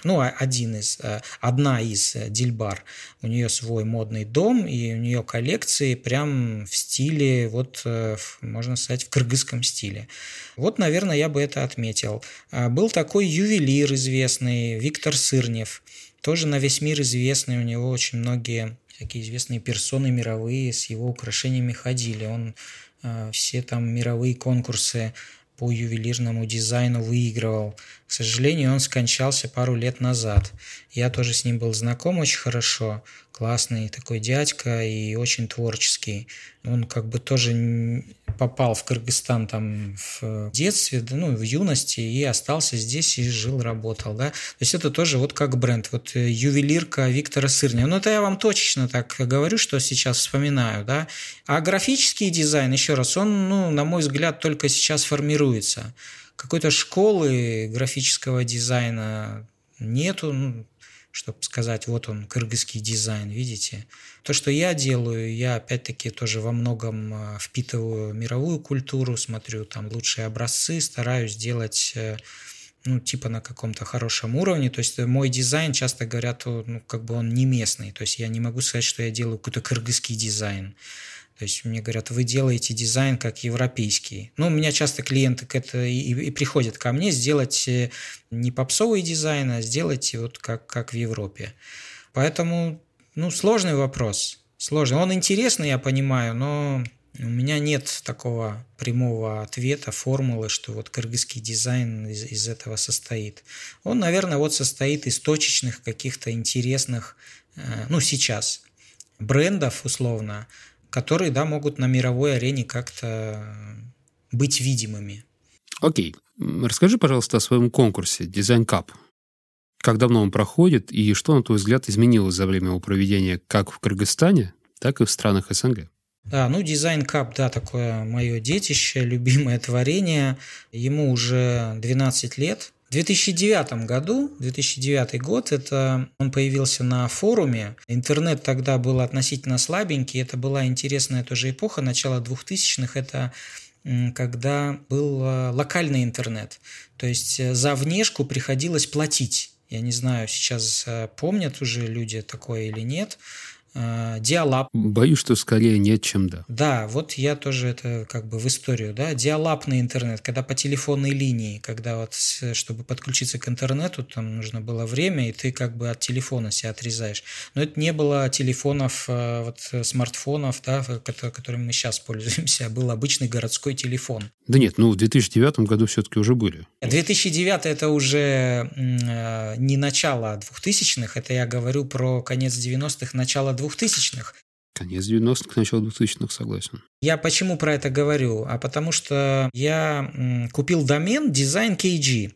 Одна из Дильбар. У нее свой модный дом, и у нее коллекции прям в стиле, можно сказать, в кыргызском стиле. Наверное, я бы это отметил. Был такой ювелир известный, Виктор Сырнев, тоже на весь мир известный, у него очень многие такие известные персоны мировые с его украшениями ходили. Он все там мировые конкурсы по ювелирному дизайну выигрывал. К сожалению, он скончался пару лет назад. Я тоже с ним был знаком очень хорошо. Классный такой дядька и очень творческий. Он тоже попал в Кыргызстан там в детстве, в юности, и остался здесь и жил, работал. Да? То есть это тоже как бренд. Ювелирка Виктора Сырнева. Это я вам точечно так говорю, что сейчас вспоминаю. Да? А графический дизайн, еще раз, он, на мой взгляд, только сейчас формируется. Какой-то школы графического дизайна нету, чтобы сказать, вот он, кыргызский дизайн, видите. То, что я делаю, я опять-таки тоже во многом впитываю мировую культуру, смотрю там лучшие образцы, стараюсь делать на каком-то хорошем уровне. То есть мой дизайн, часто говорят, он не местный. То есть я не могу сказать, что я делаю какой-то кыргызский дизайн. То есть мне говорят, вы делаете дизайн как европейский. У меня часто клиенты и приходят ко мне сделать не попсовый дизайн, а сделать как в Европе. Поэтому, сложный вопрос. Сложный. Он интересный, я понимаю, но у меня нет такого прямого ответа, формулы, что кыргызский дизайн из этого состоит. Он, наверное, состоит из точечных каких-то интересных, сейчас, брендов, условно, которые, могут на мировой арене как-то быть видимыми.
Окей. Расскажи, пожалуйста, о своем конкурсе Design Cup. Как давно он проходит и что, на твой взгляд, изменилось за время его проведения как в Кыргызстане, так и в странах СНГ?
Да, ну Design Cup, да, такое мое детище, любимое творение. Ему уже 12 лет. В 2009 году, 2009 год, это он появился на форуме. Интернет тогда был относительно слабенький. Это была интересная тоже эпоха, начало 2000-х. Это когда был локальный интернет. То есть за внешку приходилось платить. Я не знаю, сейчас помнят уже люди такое или нет. Диалап.
Боюсь, что скорее нет, чем да.
Да, вот я тоже это как бы в историю, да, диалапный интернет, когда по телефонной линии, когда вот, чтобы подключиться к интернету, там нужно было время, и ты как бы от телефона себя отрезаешь. Но это не было телефонов, вот смартфонов, да, которыми мы сейчас пользуемся, а был обычный городской телефон.
Да нет, ну в 2009 году все-таки уже были.
2009 это уже не начало 2000-х, это я говорю про конец 90-х, начало 2000-х.
Конец 90-х, начало 2000-х, согласен.
Я почему про это говорю? А потому что я купил домен Design KG.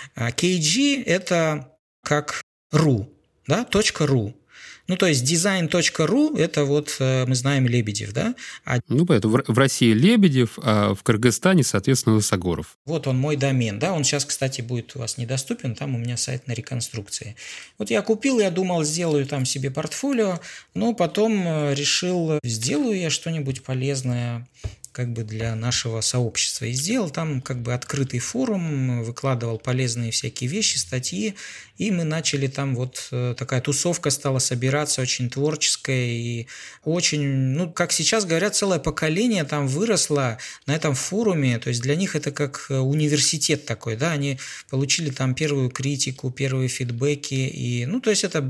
KG – это как .ru, да, .ru. Ну, то есть design.ru – это вот мы знаем Лебедев, да?
Ну, поэтому в России Лебедев, а в Кыргызстане, соответственно, Высогоров.
Вот он мой домен, да, он сейчас, кстати, будет у вас недоступен, там у меня сайт на реконструкции. Вот я купил, я думал, сделаю там себе портфолио, но потом решил, сделаю я что-нибудь полезное как бы для нашего сообщества. И сделал там как бы открытый форум, выкладывал полезные всякие вещи, статьи, и мы начали там вот такая тусовка стала собираться, очень творческая и очень, ну, как сейчас говорят, целое поколение там выросло на этом форуме, то есть для них это как университет такой, да, они получили там первую критику, первые фидбэки, и, ну, то есть это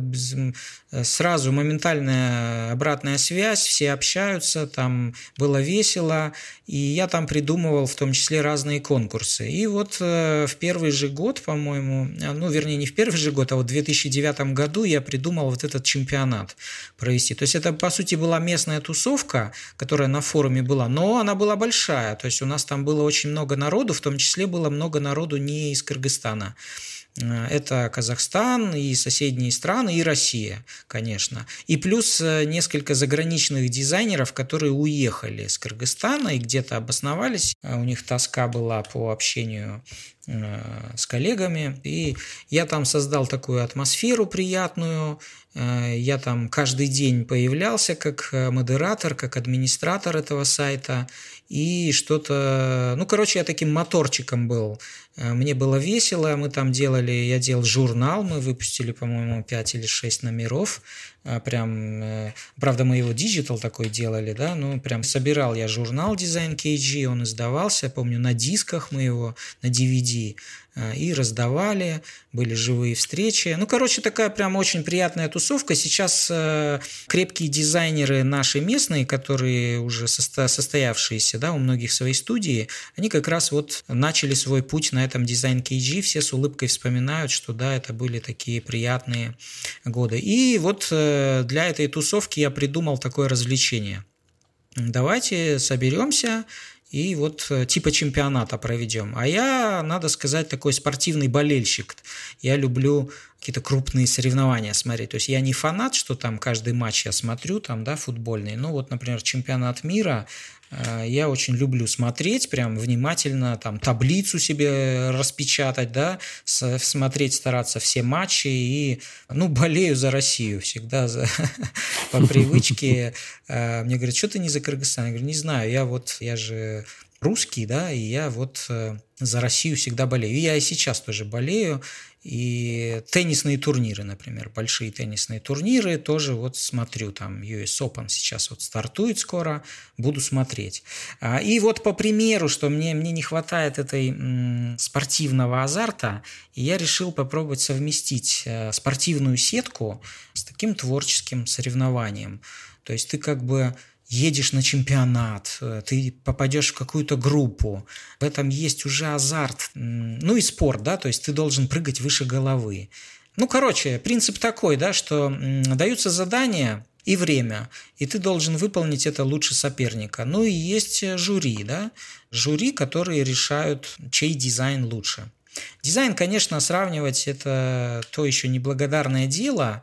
сразу моментальная обратная связь, все общаются, там было весело, и я там придумывал в том числе разные конкурсы. И вот в первый же год, по-моему, ну, вернее, не в первый же год, а вот в 2009 году я придумал вот этот чемпионат провести. То есть это, по сути, была местная тусовка, которая на форуме была, но она была большая. То есть у нас там было очень много народу, в том числе было много народу не из Кыргызстана. Это Казахстан и соседние страны, и Россия, конечно. И плюс несколько заграничных дизайнеров, которые уехали с Кыргызстана и где-то обосновались. У них тоска была по общению с коллегами. И я там создал такую атмосферу приятную. Я там каждый день появлялся как модератор, как администратор этого сайта. И что-то... Ну, короче, я таким моторчиком был. Мне было весело, мы там делали... Я делал журнал, мы выпустили, по-моему, 5 или 6 номеров. Прям... Правда, мы его диджитал такой делали, да, ну, прям собирал я журнал Design KG, он издавался, помню, на дисках мы его, на DVD, и раздавали, были живые встречи. Ну, короче, такая прям очень приятная тусовка. Сейчас крепкие дизайнеры наши местные, которые уже состоявшиеся, да, у многих свои студии, они как раз вот начали свой путь на этом Design KG, все с улыбкой вспоминают, что да, это были такие приятные годы. И вот для этой тусовки я придумал такое развлечение. Давайте соберемся и вот типа чемпионата проведем. А я, надо сказать, такой спортивный болельщик. Я люблю какие-то крупные соревнования смотреть. То есть я не фанат, что там каждый матч я смотрю, там, да, футбольный. Ну вот, например, чемпионат мира я очень люблю смотреть, прям внимательно там таблицу себе распечатать, да, смотреть, стараться все матчи и, ну, болею за Россию всегда по привычке. Мне говорят, что ты не за Кыргызстан? Я говорю, не знаю, я же русский, да, и я вот за Россию всегда болею. И я и сейчас тоже болею. И теннисные турниры, например, большие теннисные турниры тоже вот смотрю, там US Open сейчас вот стартует скоро, буду смотреть. И вот по примеру, что мне не хватает этой спортивного азарта, и я решил попробовать совместить спортивную сетку с таким творческим соревнованием. То есть ты как бы едешь на чемпионат, ты попадешь в какую-то группу, в этом есть уже азарт, ну и спорт, да, то есть ты должен прыгать выше головы. Ну, короче, принцип такой, да, что даются задания и время, и ты должен выполнить это лучше соперника. Ну и есть жюри, да, жюри, которые решают, чей дизайн лучше. Дизайн, конечно, сравнивать – это то еще неблагодарное дело.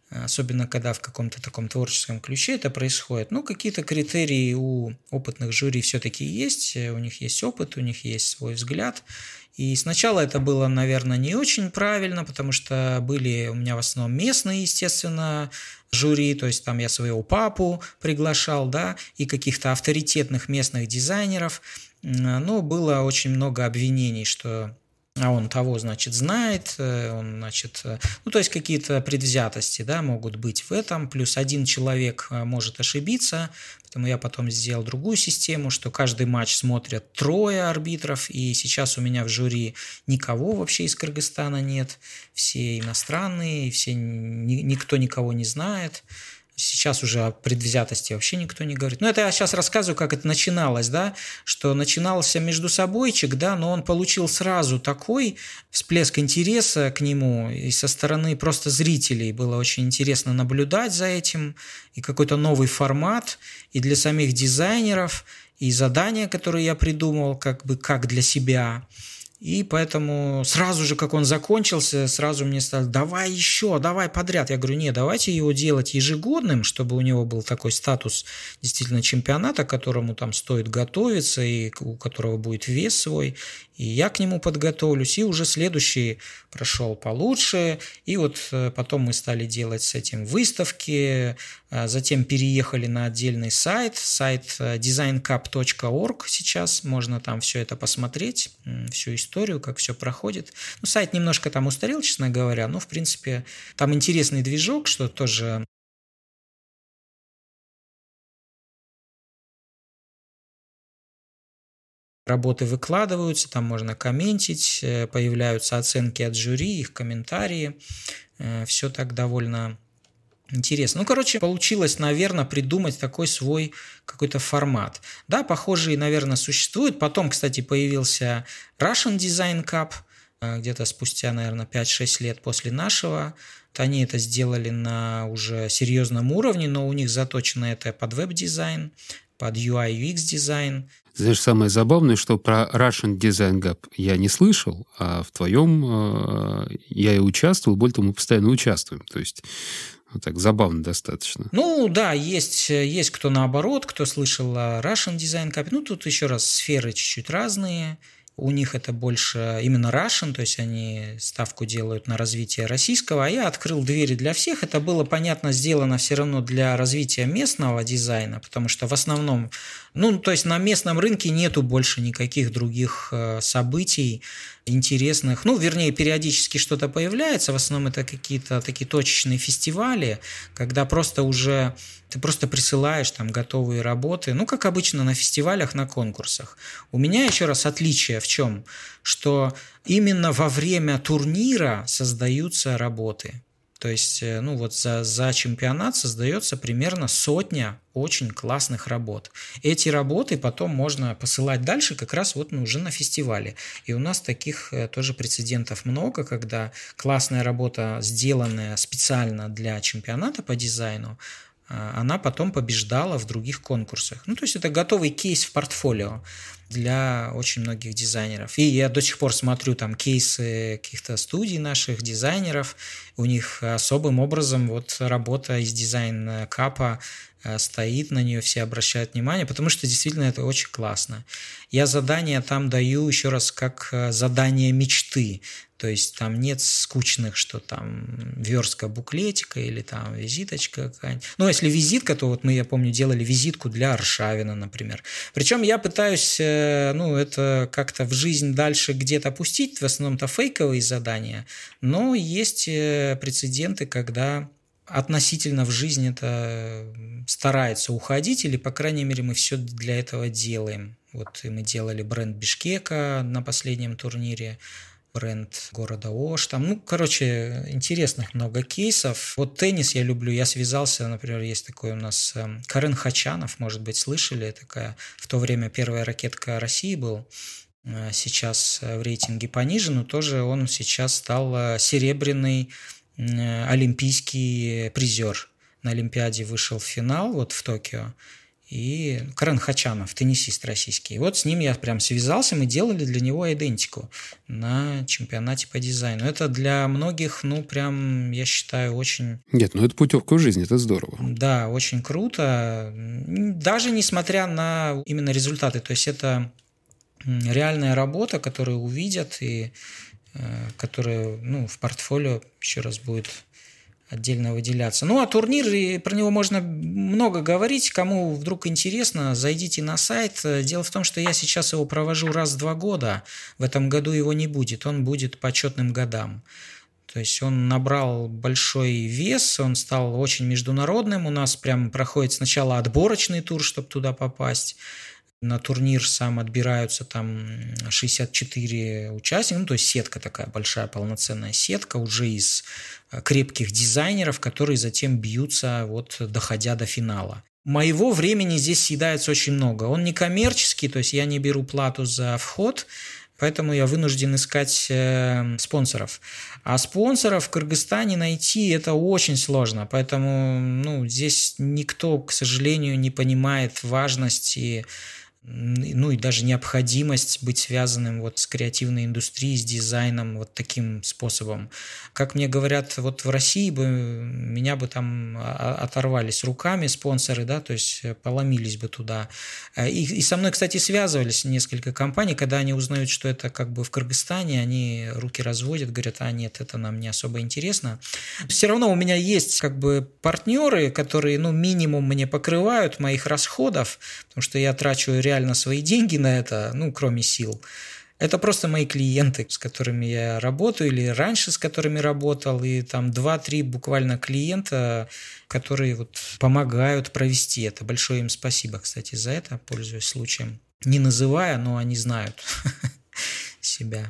особенно когда в каком-то таком творческом ключе это происходит. Ну, какие-то критерии у опытных жюри все-таки есть, у них есть опыт, у них есть свой взгляд. И сначала это было, наверное, не очень правильно, потому что были у меня в основном местные, естественно, жюри, то есть там я своего папу приглашал, да, и каких-то авторитетных местных дизайнеров, но было очень много обвинений, что он того, значит, знает, он, значит, ну, то есть какие-то предвзятости, да, могут быть в этом, плюс один человек может ошибиться, поэтому я потом сделал другую систему, что каждый матч смотрят 3 арбитров, и сейчас у меня в жюри никого вообще из Кыргызстана нет, все иностранные, все, никто никого не знает. Сейчас уже о предвзятости вообще никто не говорит. Но это я сейчас рассказываю, как это начиналось, да, что начинался междусобойчик, да, но он получил сразу такой всплеск интереса к нему, и со стороны просто зрителей было очень интересно наблюдать за этим, и какой-то новый формат, и для самих дизайнеров, и задания, которые я придумал, как для себя. И поэтому сразу же, как он закончился, сразу мне стало: давай еще, давай подряд. Я говорю: нет, давайте его делать ежегодным, чтобы у него был такой статус действительно чемпионата, к которому там стоит готовиться, и у которого будет вес свой. И я к нему подготовлюсь, и уже следующий прошел получше. И вот потом мы стали делать с этим выставки, затем переехали на отдельный сайт designcup.org сейчас, можно там все это посмотреть, всю историю, как все проходит. Ну, сайт немножко там устарел, честно говоря, но, в принципе, там интересный движок, что тоже... Работы выкладываются, там можно комментить, появляются оценки от жюри, их комментарии. Все так довольно интересно. Ну, короче, получилось, наверное, придумать такой свой какой-то формат. Да, похожие, наверное, существуют. Потом, кстати, появился Russian Design Cup, где-то спустя, наверное, 5-6 лет после нашего. Они это сделали на уже серьезном уровне, но у них заточено это под веб-дизайн, под UI/UX дизайн.
Знаешь, самое забавное, что про Russian Design Cup я не слышал, а в твоем я и участвовал, более того, мы постоянно участвуем. То есть вот так забавно достаточно.
Ну да, есть кто наоборот, кто слышал о Russian Design Cup. Ну тут еще раз сферы чуть-чуть разные. У них это больше именно Russian, то есть они ставку делают на развитие российского, а я открыл двери для всех. Это было, понятно, сделано все равно для развития местного дизайна, потому что в основном, ну, то есть на местном рынке нету больше никаких других событий интересных. Ну, вернее, периодически что-то появляется, в основном это какие-то такие точечные фестивали, когда просто уже ты просто присылаешь там готовые работы, ну, как обычно на фестивалях, на конкурсах. У меня еще раз отличие в чем? Что именно во время турнира создаются работы. То есть, ну вот за чемпионат создается примерно 100 очень классных работ. Эти работы потом можно посылать дальше как раз вот уже на фестивале. И у нас таких тоже прецедентов много, когда классная работа, сделанная специально для чемпионата по дизайну, она потом побеждала в других конкурсах. Ну, то есть это готовый кейс в портфолио для очень многих дизайнеров. И я до сих пор смотрю там кейсы каких-то студий наших дизайнеров. У них особым образом вот работа из дизайн-капа стоит, на нее все обращают внимание, потому что действительно это очень классно. Я задания там даю еще раз как задание мечты. То есть там нет скучных, что там верстка буклетика или там визиточка какая-нибудь. Ну, если визитка, то вот мы, я помню, делали визитку для Аршавина, например. Причем я пытаюсь, ну, это как-то в жизнь дальше где-то пустить, в основном-то фейковые задания, но есть прецеденты, когда относительно в жизнь это старается уходить, или, по крайней мере, мы все для этого делаем. Вот и мы делали бренд Бишкека на последнем турнире, бренд города Ош. Там, ну, короче, интересных много кейсов. Вот теннис я люблю. Я связался, например, есть такой у нас Карен Хачанов, может быть, слышали, такая в то время первая ракетка России был. Сейчас в рейтинге пониже, но тоже он сейчас стал серебряный олимпийский призер. На Олимпиаде вышел в финал вот в Токио и Карен Хачанов, теннисист российский. И вот с ним я прям связался, мы делали для него идентику на чемпионате по дизайну. Это для многих, прям, я считаю, очень...
Нет, это путевка в жизнь, это здорово.
Да, очень круто. Даже несмотря на именно результаты. То есть это реальная работа, которую увидят и которая в портфолио еще раз будет отдельно выделяться. А турнир, и про него можно много говорить. Кому вдруг интересно, зайдите на сайт. Дело в том, что я сейчас его провожу раз в 2 года. В этом году его не будет. Он будет по четным годам. То есть он набрал большой вес, он стал очень международным. У нас прям проходит сначала отборочный тур, чтобы туда попасть. На турнир сам отбираются там 64 участника, то есть сетка такая большая, полноценная сетка уже из крепких дизайнеров, которые затем бьются, доходя до финала. Моего времени здесь съедается очень много. Он не коммерческий, то есть я не беру плату за вход, поэтому я вынужден искать спонсоров. А спонсоров в Кыргызстане найти это очень сложно, поэтому здесь никто, к сожалению, не понимает важности и даже необходимость быть связанным с креативной индустрией, с дизайном таким способом. Как мне говорят, в России меня бы там оторвались руками спонсоры, да, то есть поломились бы туда. И со мной, кстати, связывались несколько компаний, когда они узнают, что это в Кыргызстане, они руки разводят, говорят, нет, это нам не особо интересно. Все равно у меня есть партнеры, которые минимум мне покрывают моих расходов, потому что я трачу реально свои деньги на это, кроме сил. Это просто мои клиенты, с которыми я работаю, или раньше с которыми работал, и там 2-3 буквально клиента, которые помогают провести это. Большое им спасибо, кстати, за это, пользуясь случаем. Не называя, но они знают себя.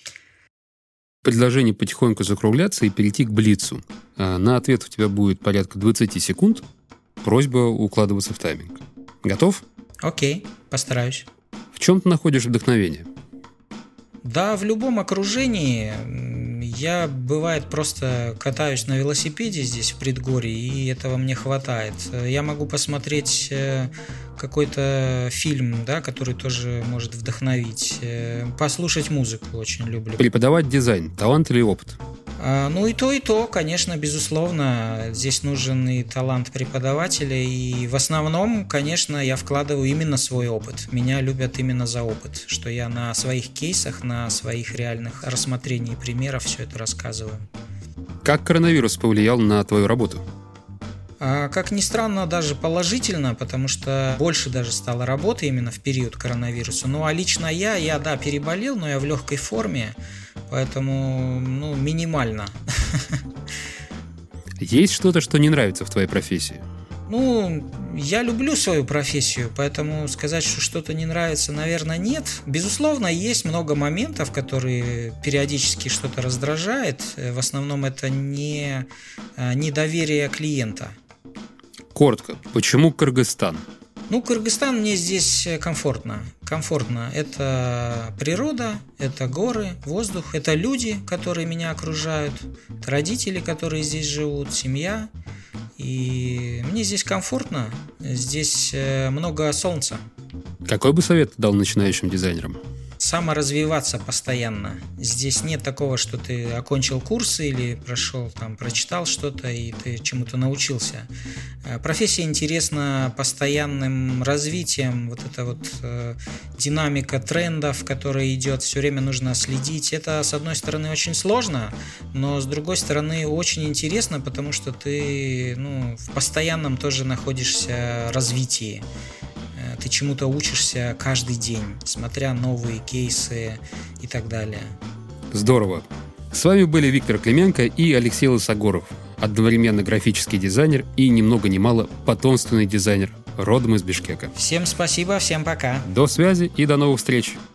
Предложение потихоньку закругляться и перейти к блицу. На ответ у тебя будет порядка 20 секунд. Просьба укладываться в тайминг. Готов?
Окей, постараюсь.
В чем ты находишь вдохновение?
Да, в любом окружении. Я, бывает, просто катаюсь на велосипеде здесь, в предгорье, и этого мне хватает. Я могу посмотреть какой-то фильм, да, который тоже может вдохновить. Послушать музыку очень люблю.
Преподавать дизайн. Талант или опыт?
И то, конечно, безусловно. Здесь нужен и талант преподавателя, и в основном, конечно, я вкладываю именно свой опыт. Меня любят именно за опыт, что я на своих кейсах, на своих реальных рассмотрениях примеров все это рассказываю.
Как коронавирус повлиял на твою работу?
Как ни странно, даже положительно, потому что больше даже стало работы именно в период коронавируса. А лично я переболел, но я в легкой форме, поэтому, минимально.
Есть что-то, что не нравится в твоей профессии?
Я люблю свою профессию, поэтому сказать, что что-то не нравится, наверное, нет. Безусловно, есть много моментов, которые периодически что-то раздражает. В основном это не недоверие клиента.
Коротко, почему Кыргызстан?
Кыргызстан мне здесь комфортно. Комфортно. Это природа, это горы, воздух, это люди, которые меня окружают, это родители, которые здесь живут, семья. И мне здесь комфортно, здесь много солнца.
Какой бы совет ты дал начинающим дизайнерам?
Саморазвиваться постоянно. Здесь нет такого, что ты окончил курсы или прочитал что-то и ты чему-то научился. Профессия интересна постоянным развитием, динамика трендов, которая идет, все время нужно следить. Это, с одной стороны, очень сложно, но с другой стороны, очень интересно, потому что ты в постоянном тоже находишься развитии. Ты чему-то учишься каждый день, смотря новые кейсы и так далее.
Здорово. С вами были Виктор Клименко и Алексей Лысогоров, одновременно графический дизайнер и ни много ни мало потомственный дизайнер, родом из Бишкека.
Всем спасибо, всем пока.
До связи и до новых встреч.